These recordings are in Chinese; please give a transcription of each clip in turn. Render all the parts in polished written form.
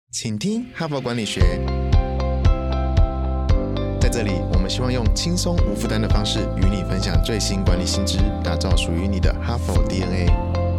请听哈佛管理学。在这里，我们希望用轻松无负担的方式与你分享最新管理新知，打造属于你的哈佛 DNA。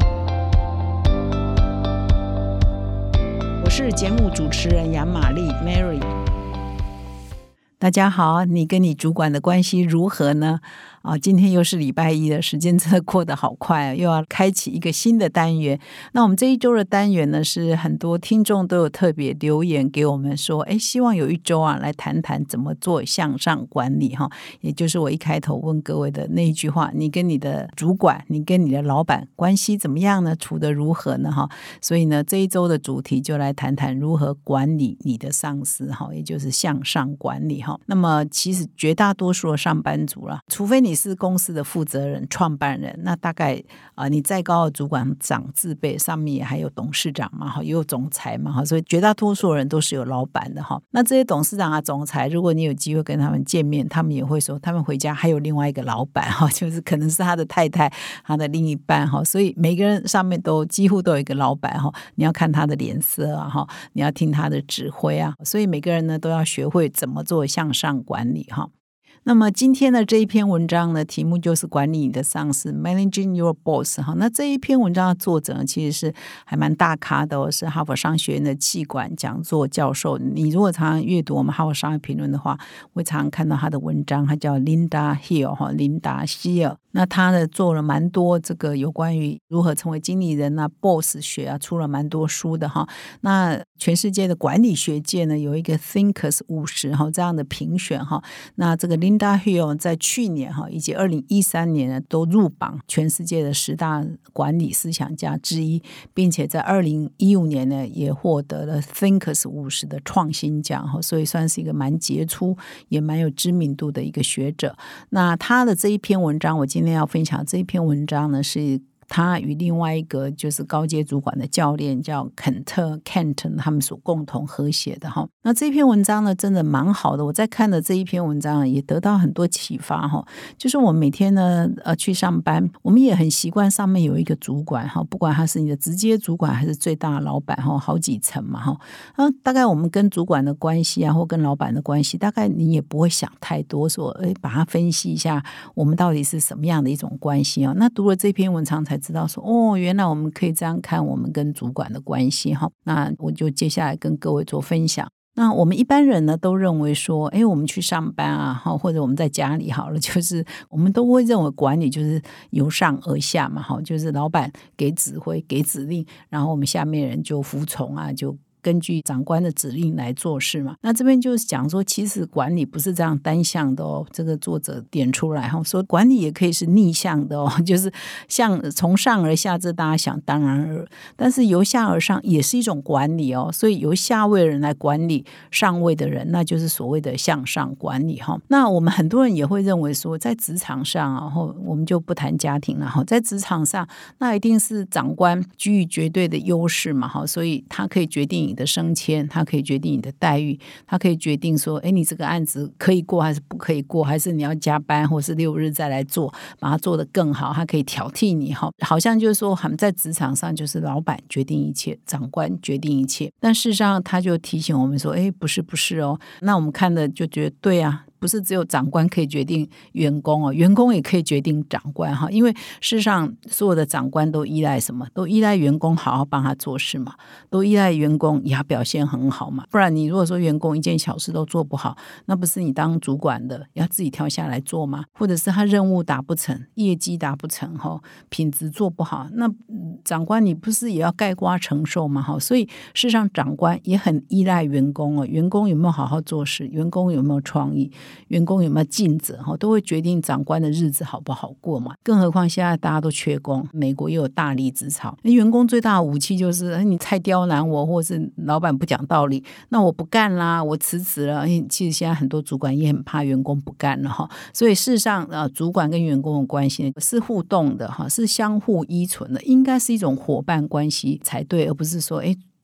我是节目主持人杨玛丽 Mary。大家好，你跟你主管的关系如何呢？今天又是礼拜一了，时间真的过得好快，又要开启一个新的单元。那我们这一周的单元呢，是很多听众都有特别留言给我们说，希望有一周来谈谈怎么做向上管理哈，也就是我一开头问各位的那一句话，你跟你的主管，你跟你的老板关系怎么样呢？处得如何呢？哈，所以呢，这一周的主题就来谈谈如何管理你的上司哈，也就是向上管理哈。那么其实绝大多数的上班族啦，除非你是公司的负责人、创办人，那大概你再高的主管长字辈，上面也还有董事长嘛，也有总裁嘛，所以绝大多数人都是有老板的哈。那这些董事长啊、总裁，如果你有机会跟他们见面，他们也会说，他们回家还有另外一个老板哈，就是可能是他的太太、他的另一半哈。所以每个人上面都几乎都有一个老板哈，你要看他的脸色啊哈，你要听他的指挥啊，所以每个人呢都要学会怎么做向上管理哈。那么今天的这一篇文章呢，题目就是管理你的上司 Managing Your Boss 哈。那这一篇文章的作者呢，其实是还蛮大咖的是哈佛商学院的企管讲座教授。你如果常常阅读我们哈佛商业评论的话，会常常看到他的文章，他叫 Linda Hill 哈，琳达希尔。那他呢做了蛮多这个有关于如何成为经理人啊 boss 学啊，出了蛮多书的哈。那全世界的管理学界呢有一个 Thinkers 50哈这样的评选哈。那这个 Linda Hill 在去年哈以及2013年呢都入榜全世界的10大管理思想家之一，并且在2015年呢也获得了 Thinkers 50的创新奖哈，所以算是一个蛮杰出也蛮有知名度的一个学者。那他的这一篇文章，我今天要分享这一篇文章呢，是他与另外一个就是高阶主管的教练叫肯特 Kent 他们所共同合写的哈。那这篇文章呢真的蛮好的，我在看的这一篇文章也得到很多启发哈。就是我每天呢去上班，我们也很习惯上面有一个主管哈，不管他是你的直接主管还是最大的老板哈，好几层嘛哈。大概我们跟主管的关系啊，或跟老板的关系，大概你也不会想太多说把它分析一下我们到底是什么样的一种关系啊。那读了这篇文章才知道说原来我们可以这样看我们跟主管的关系哈。那我就接下来跟各位做分享。那我们一般人呢都认为说我们去上班啊，或者我们在家里好了，就是我们都会认为管理就是由上而下嘛，就是老板给指挥给指令，然后我们下面人就服从啊，就根据长官的指令来做事嘛。那这边就是讲说其实管理不是这样单向的哦，这个作者点出来说管理也可以是逆向的哦，就是像从上而下，这大家想当然尔，但是由下而上也是一种管理哦。所以由下位的人来管理上位的人，那就是所谓的向上管理哈。那我们很多人也会认为说在职场上啊，我们就不谈家庭了，在职场上那一定是长官居于绝对的优势嘛，所以他可以决定你的升迁，他可以决定你的待遇，他可以决定说你这个案子可以过还是不可以过，还是你要加班或是6日再来做，把它做得更好，他可以挑剔你，好像就是说我们在职场上就是老板决定一切，长官决定一切。但事实上他就提醒我们说不是哦。那我们看了就觉得对啊，不是只有长官可以决定员工哦，员工也可以决定长官哈。因为事实上所有的长官都依赖什么？都依赖员工好好帮他做事嘛，都依赖员工也要表现很好嘛。不然你如果说员工一件小事都做不好，那不是你当主管的要自己跳下来做吗？或者是他任务达不成，业绩达不成，品质做不好，那长官你不是也要概括承受吗？所以事实上长官也很依赖员工哦，员工有没有好好做事，员工有没有创意，员工有没有尽责，都会决定长官的日子好不好过嘛。更何况现在大家都缺工，美国又有大离职潮，员工最大的武器就是你太刁难我，或是老板不讲道理，那我不干啦，我辞职了。其实现在很多主管也很怕员工不干了哈。所以事实上主管跟员工的关系是互动的哈，是相互依存的，应该是一种伙伴关系才对，而不是说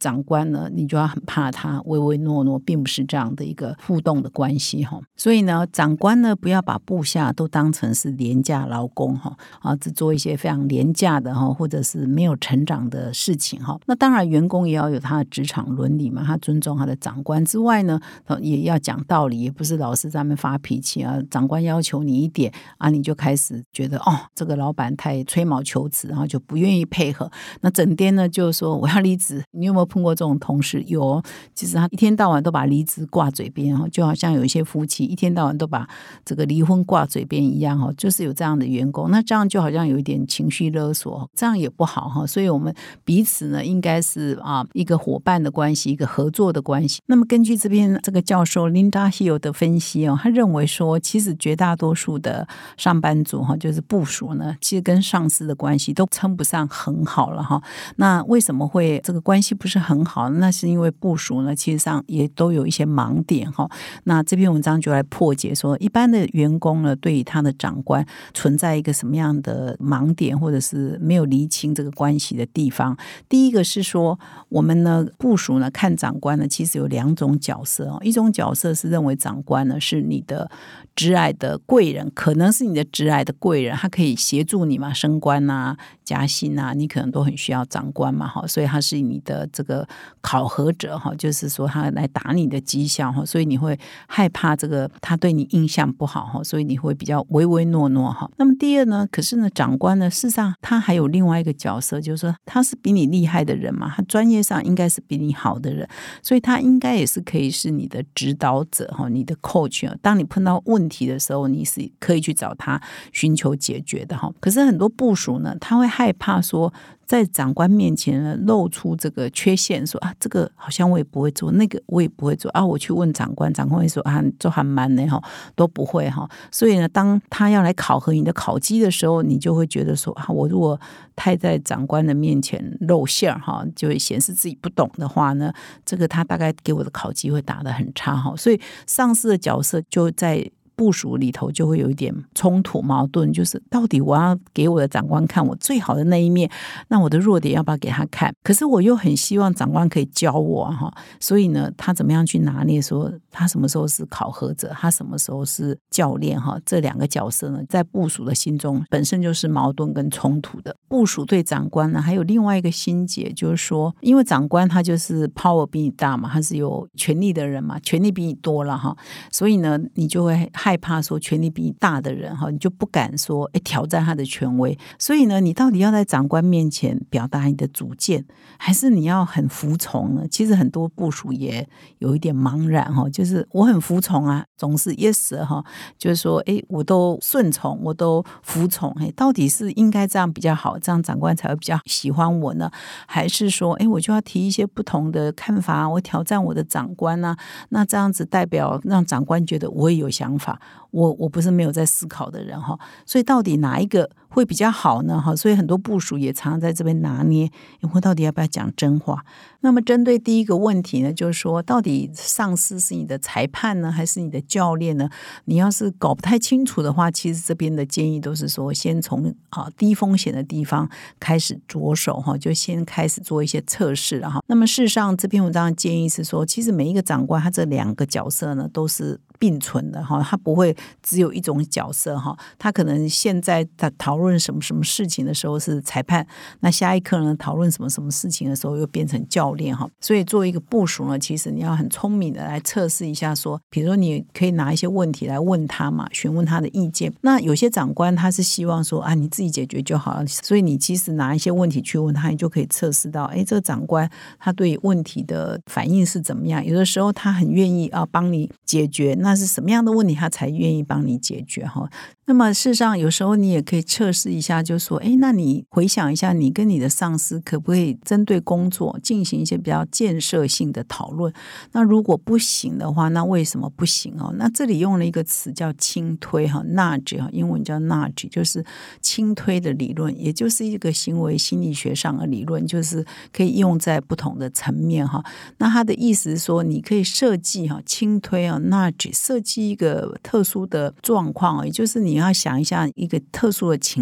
长官呢，你就要很怕他唯唯诺诺，并不是这样的一个互动的关系。所以呢，长官呢不要把部下都当成是廉价劳工，只做一些非常廉价的或者是没有成长的事情。那当然员工也要有他的职场伦理嘛，他尊重他的长官之外呢，也要讲道理，也不是老是在那边发脾气啊。长官要求你一点啊，你就开始觉得这个老板太吹毛求疵，然后就不愿意配合。那整天呢就说我要离职。你有没有碰过这种同事？有，其实他一天到晚都把离职挂嘴边，就好像有一些夫妻一天到晚都把这个离婚挂嘴边一样，就是有这样的员工。那这样就好像有一点情绪勒索，这样也不好。所以我们彼此呢应该是一个伙伴的关系，一个合作的关系。那么根据这边这个教授 Linda Hill 的分析他认为说，其实绝大多数的上班族就是部属呢，其实跟上司的关系都称不上很好了。那为什么会这个关系不是很好？那是因为部属呢其实上也都有一些盲点。那这篇文章就来破解说，一般的员工呢对于他的长官存在一个什么样的盲点，或者是没有厘清这个关系的地方。第一个是说，我们呢部属呢看长官呢其实有两种角色。一种角色是认为长官呢是你的职涯的贵人，可能是你的职涯的贵人，他可以协助你嘛，升官啊加薪啊，你可能都很需要长官嘛，所以他是你的这个考核者，就是说他来打你的绩效，所以你会害怕这个他对你印象不好，所以你会比较唯唯诺诺。那么第二呢，可是呢长官呢事实上他还有另外一个角色，就是说他是比你厉害的人嘛，他专业上应该是比你好的人，所以他应该也是可以是你的指导者，你的 coach。 当你碰到问题的时候，你是可以去找他寻求解决的。可是很多部属呢，他会害怕说在长官面前呢露出这个缺陷，说这个好像我也不会做，那个我也不会做我去问长官，长官会说做还蛮的都不会。所以呢当他要来考核你的考绩的时候，你就会觉得说我如果太在长官的面前露馅就会显示自己不懂的话呢，这个他大概给我的考绩会打得很差。所以上司的角色就在部属里头就会有一点冲突矛盾，就是到底我要给我的长官看我最好的那一面，那我的弱点要不要给他看？可是我又很希望长官可以教我所以呢他怎么样去拿捏说他什么时候是考核者，他什么时候是教练这两个角色呢在部属的心中本身就是矛盾跟冲突的。部属对长官呢还有另外一个心结，就是说因为长官他就是 power 比你大嘛，他是有权力的人嘛，权力比你多了所以呢你就会害怕说权力比你大的人你就不敢说挑战他的权威。所以呢你到底要在长官面前表达你的主见，还是你要很服从呢？其实很多部属也有一点茫然就是我很服从总是 yes 就是说我都顺从，我都服从到底是应该这样比较好，这样长官才会比较喜欢我呢？还是说我就要提一些不同的看法，我挑战我的长官那这样子代表让长官觉得我也有想法，我不是没有在思考的人所以到底哪一个会比较好呢？所以很多部属也常常在这边拿捏，我到底要不要讲真话？那么针对第一个问题呢，就是说到底上司是你的裁判呢，还是你的教练呢？你要是搞不太清楚的话，其实这边的建议都是说先从低风险的地方开始着手就先开始做一些测试了那么事实上这篇文章的建议是说，其实每一个长官他这两个角色呢都是并存的他不会只有一种角色他可能现在讨论什么什么事情的时候是裁判，那下一刻呢讨论什么什么事情的时候又变成教练所以作为一个部属呢，其实你要很聪明的来测试一下说，比如说你可以拿一些问题来问他嘛，询问他的意见。那有些长官他是希望说你自己解决就好了，所以你其实拿一些问题去问他，你就可以测试到这个长官他对问题的反应是怎么样。有的时候他很愿意帮你解决，那是什么样的问题他才愿意帮你解决那么事实上有时候你也可以测试一下，就说那你回想一下，你跟你的上司可不可以针对工作进行一些比较建设性的讨论？那如果不行的话，那为什么不行那这里用了一个词叫轻推nudge， 英文叫 nudge， 就是轻推的理论，也就是一个行为心理学上的理论，就是可以用在不同的层面那他的意思是说，你可以设计轻推nudge，设计一个特殊的状况，也就是你要想一下一个特殊的情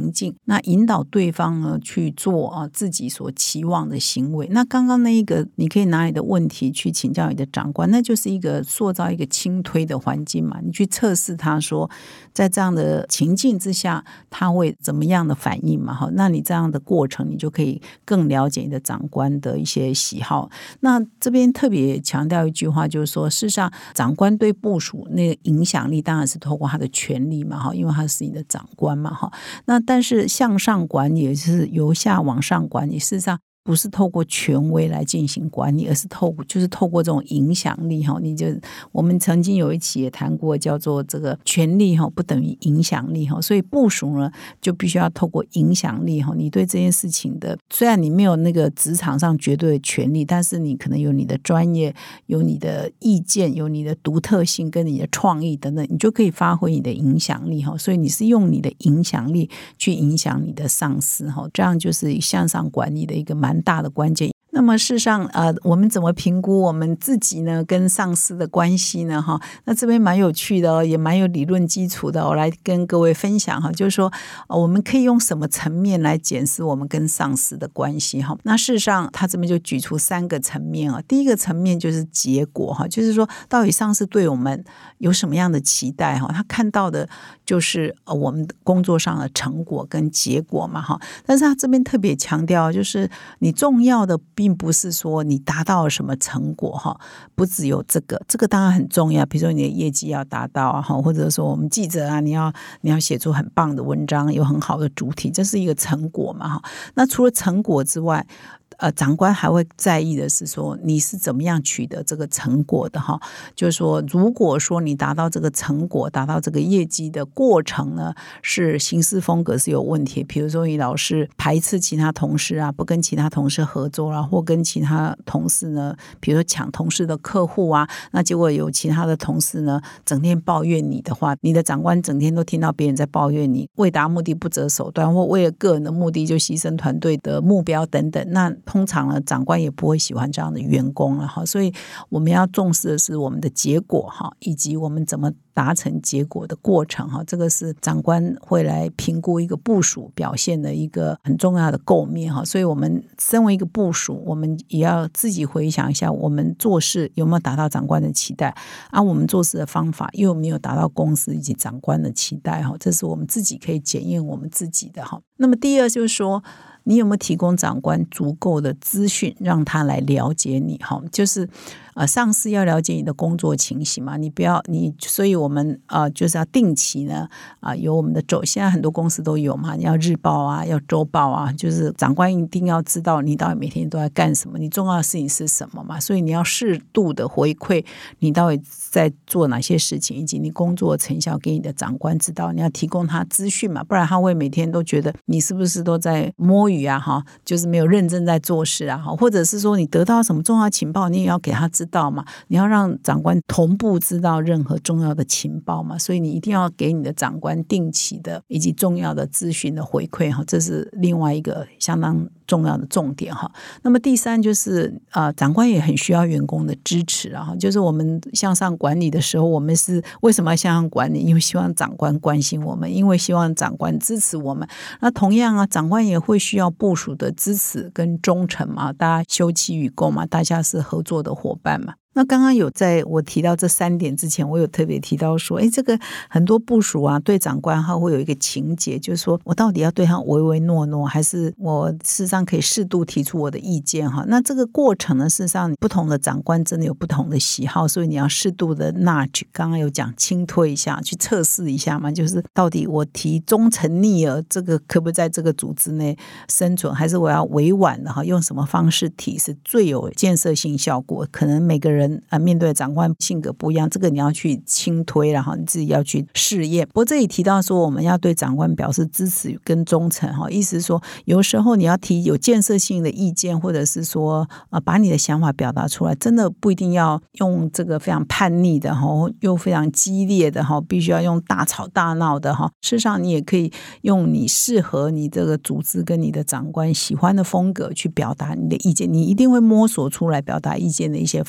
情境，那引导对方呢去做自己所期望的行为。那刚刚那一个你可以拿你的问题去请教你的长官，那就是一个塑造一个轻推的环境嘛，你去测试他说在这样的情境之下他会怎么样的反应嘛，那你这样的过程你就可以更了解你的长官的一些喜好。那这边特别强调一句话，就是说事实上长官对部属那个影响力当然是透过他的权力嘛，因为他是你的长官嘛。那但是向上管理是由下往上管理，事实上不是透过权威来进行管理，而是透过这种影响力。我们曾经有一期也谈过，叫做这个权力不等于影响力，所以部属呢就必须要透过影响力，你对这件事情的，虽然你没有那个职场上绝对的权利，但是你可能有你的专业，有你的意见，有你的独特性跟你的创意等等，你就可以发挥你的影响力。所以你是用你的影响力去影响你的上司，这样就是向上管理的一个蛮大的关键。那么事实上我们怎么评估我们自己呢跟上司的关系呢？那这边蛮有趣的也蛮有理论基础的，我来跟各位分享就是说我们可以用什么层面来检视我们跟上司的关系。那事实上他这边就举出3个层面。第一个层面就是结果，就是说到底上司对我们有什么样的期待，他看到的就是我们工作上的成果跟结果嘛。但是他这边特别强调，就是你重要的并不是说你达到了什么成果，不只有这个当然很重要，比如说你的业绩要达到或者说我们记者你要写出很棒的文章，有很好的主题，这是一个成果嘛。那除了成果之外，长官还会在意的是说你是怎么样取得这个成果的。就是说如果说你达到这个成果，达到这个业绩的过程呢是行事风格是有问题，比如说你老是排斥其他同事不跟其他同事合作或跟其他同事呢比如说抢同事的客户那结果有其他的同事呢整天抱怨你的话，你的长官整天都听到别人在抱怨你，为达目的不择手段，或为了个人的目的就牺牲团队的目标等等，那通常呢长官也不会喜欢这样的员工了。所以我们要重视的是我们的结果以及我们怎么达成结果的过程这个是长官会来评估一个部属表现的一个很重要的构面。所以我们身为一个部属，我们也要自己回想一下我们做事有没有达到长官的期待我们做事的方法又有没有达到公司以及长官的期待这是我们自己可以检验我们自己的。那么第二就是说你有没有提供长官足够的资讯让他来了解你就是上司要了解你的工作情形嘛，所以我们就是要定期呢有我们的现在很多公司都有嘛，你要日报要周报就是长官一定要知道你到底每天都在干什么，你重要的事情是什么嘛，所以你要适度的回馈你到底在做哪些事情，以及你工作的成效给你的长官知道，你要提供他资讯嘛，不然他会每天都觉得你是不是都在摸鱼就是没有认真在做事或者是说你得到什么重要情报你也要给他知道嘛，你要让长官同步知道任何重要的情报嘛，所以你一定要给你的长官定期的以及重要的资讯的回馈这是另外一个相当重要的重点那么第三就是长官也很需要员工的支持就是我们向上管理的时候，我们是为什么要向上管理？因为希望长官关心我们，因为希望长官支持我们。那同样长官也会需要部属的支持跟忠诚嘛，大家休戚与共嘛，大家是合作的伙伴嘛。那刚刚有在我提到这3点之前，我有特别提到说这个很多部属对长官他会有一个情节，就是说我到底要对他唯唯诺诺，还是我事实上可以适度提出我的意见那这个过程呢，事实上不同的长官真的有不同的喜好，所以你要适度的 nudge， 刚刚有讲轻推一下，去测试一下嘛，就是到底我提忠诚逆耳这个可不可以在这个组织内生存，还是我要委婉的用什么方式提是最有建设性效果，可能每个人面对长官性格不一样，这个你要去轻推，然后你自己要去试验。不过这里提到说我们要对长官表示支持跟忠诚意思是说有时候你要提有建设性的意见，或者是说把你的想法表达出来，真的不一定要用这个非常叛逆的又非常激烈的必须要用大吵大闹的事实上你也可以用你适合你这个组织跟你的长官喜欢的风格去表达你的意见，你一定会摸索出来表达意见的一些方法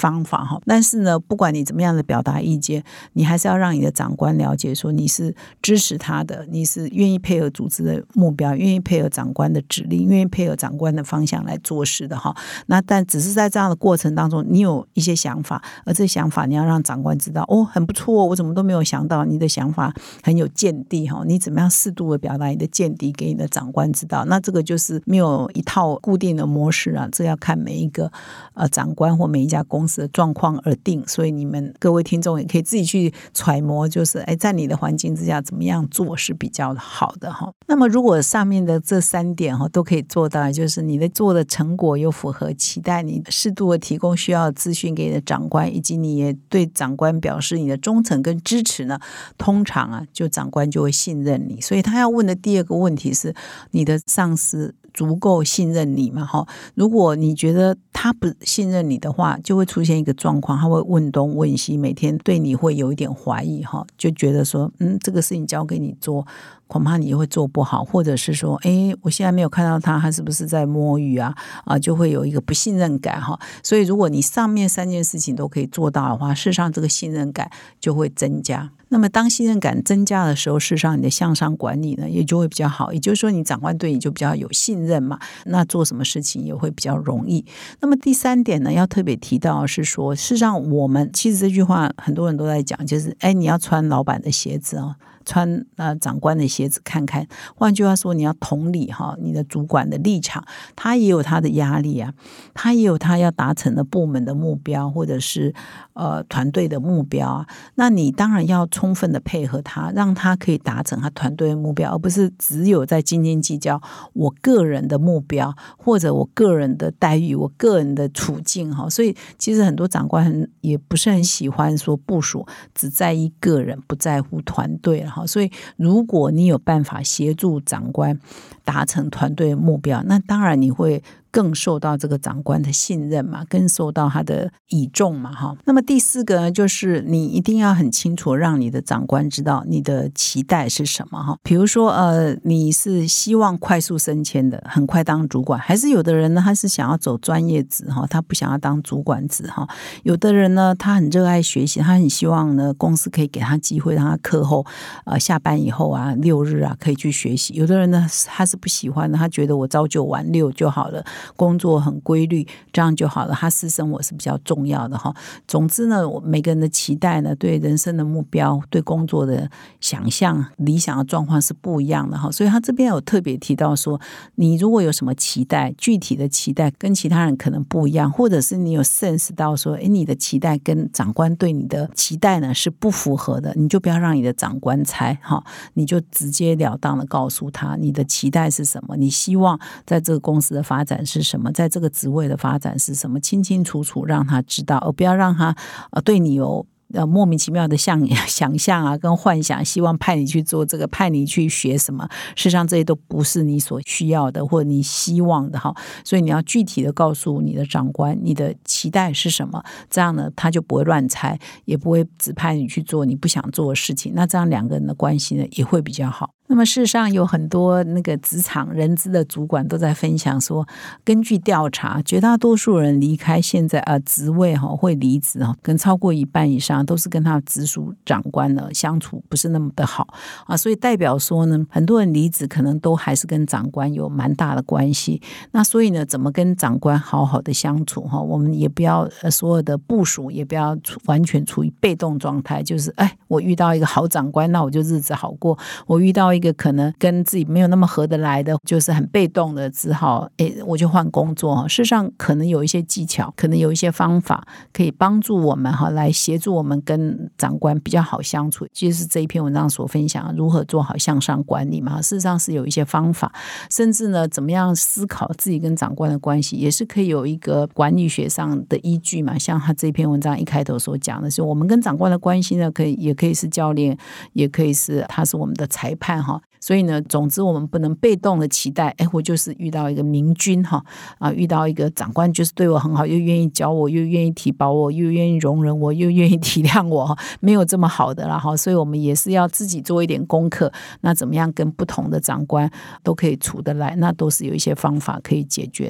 嘛哈。但是呢，不管你怎么样的表达意见，你还是要让你的长官了解说你是支持他的，你是愿意配合组织的目标，愿意配合长官的指令，愿意配合长官的方向来做事的哈。那但只是在这样的过程当中，你有一些想法，而这想法你要让长官知道，哦，很不错，我怎么都没有想到你的想法很有见地哈。你怎么样适度的表达你的见地给你的长官知道？那这个就是没有一套固定的模式啊，这要看每一个长官或每一家公司的状况而定。所以你们各位听众也可以自己去揣摩，就是在你的环境之下怎么样做是比较好的哈。那么如果上面的这3点都可以做到，就是你的做的成果有符合期待，你适度的提供需要的资讯给你的长官，以及你也对长官表示你的忠诚跟支持呢，通常就长官就会信任你。所以他要问的第2个问题是，你的上司足够信任你嘛？如果你觉得他不信任你的话，就会出现一个状况，他会问东问西，每天对你会有一点怀疑，就觉得说这个事情交给你做，恐怕你会做不好，或者是说我现在没有看到他是不是在摸鱼就会有一个不信任感所以如果你上面3件事情都可以做到的话，事实上这个信任感就会增加。那么当信任感增加的时候，事实上你的向上管理呢也就会比较好，也就是说你长官对你就比较有信任嘛，那做什么事情也会比较容易。那么第3点呢，要特别提到的是说，事实上我们其实这句话很多人都在讲，就是你要穿老板的鞋子穿长官的鞋子看看。换句话说，你要同理你的主管的立场，他也有他的压力啊，他也有他要达成的部门的目标，或者是团队的目标啊。那你当然要充分的配合他，让他可以达成他团队的目标，而不是只有在斤斤计较我个人的目标，或者我个人的待遇，我个人的处境所以其实很多长官也不是很喜欢说部属只在意个人，不在乎团队了。所以如果你有办法协助长官达成团队的目标，那当然你会更受到这个长官的信任嘛，更受到他的倚重嘛那么第4个呢，就是你一定要很清楚让你的长官知道你的期待是什么比如说你是希望快速升迁的，很快当主管，还是有的人呢他是想要走专业职他不想要当主管职有的人呢他很热爱学习，他很希望呢公司可以给他机会，让他课后下班以后6日可以去学习。有的人呢他是不喜欢的，他觉得我朝9晚6就好了，工作很规律，这样就好了，他私生活是比较重要的总之呢，每个人的期待呢，对人生的目标，对工作的想象，理想的状况是不一样的所以他这边有特别提到说，你如果有什么期待，具体的期待跟其他人可能不一样，或者是你有 sense 到说你的期待跟长官对你的期待呢是不符合的，你就不要让你的长官猜你就直截了当的告诉他你的期待是什么，你希望在这个公司的发展是什么，在这个职位的发展是什么，清清楚楚让他知道，而不要让他对你有莫名其妙的想象跟幻想，希望派你去做这个，派你去学什么，事实上这些都不是你所需要的或者你希望的所以你要具体的告诉你的长官你的期待是什么，这样呢他就不会乱猜，也不会指派你去做你不想做的事情，那这样2个人的关系呢也会比较好。那么事实上有很多那个职场人资的主管都在分享说，根据调查，绝大多数人离开现在职位会离职跟超过1半以上都是跟他直属长官呢相处不是那么的好所以代表说呢，很多人离职可能都还是跟长官有蛮大的关系。那所以呢，怎么跟长官好好的相处我们也不要所有的部属也不要完全处于被动状态，就是我遇到一个好长官，那我就日子好过，我遇到一个可能跟自己没有那么合得来的，就是很被动的，只好我就换工作事实上可能有一些技巧，可能有一些方法可以帮助我们来协助我们跟长官比较好相处，就是这一篇文章所分享如何做好向上管理嘛，事实上是有一些方法，甚至呢怎么样思考自己跟长官的关系，也是可以有一个管理学上的依据嘛。像他这篇文章一开头所讲的是，我们跟长官的关系呢也可以是教练，也可以是他是我们的裁判所以呢，总之我们不能被动的期待我就是遇到一个明君遇到一个长官就是对我很好，又愿意教我，又愿意提拔我，又愿意容忍我，又愿意体谅我，没有这么好的啦所以我们也是要自己做一点功课，那怎么样跟不同的长官都可以处得来，那都是有一些方法可以解决的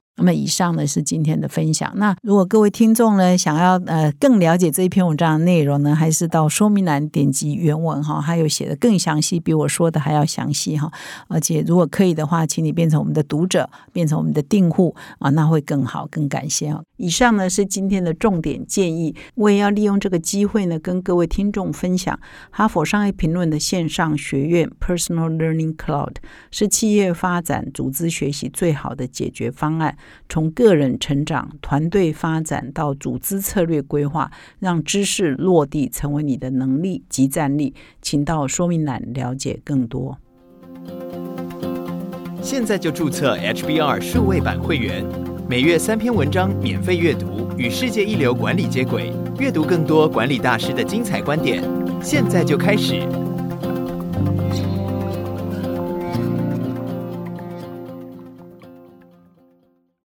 那么以上呢是今天的分享。那如果各位听众呢想要更了解这一篇文章的内容呢，还是到说明栏点击原文哈，还有写的更详细，比我说的还要详细哈。而且如果可以的话，请你变成我们的读者，变成我们的订户啊，那会更好，更感谢哈。以上呢是今天的重点建议，我也要利用这个机会呢跟各位听众分享哈佛商业评论的线上学院 Personal Learning Cloud 是企业发展组织学习最好的解决方案，从个人成长、团队发展到组织策略规划，让知识落地成为你的能力及战力。请到说明栏了解更多。 现在就注册 HBR 数位版会员，每月3篇文章免费阅读，与世界一流管理接轨，阅读更多管理大师的精彩观点。现在就开始。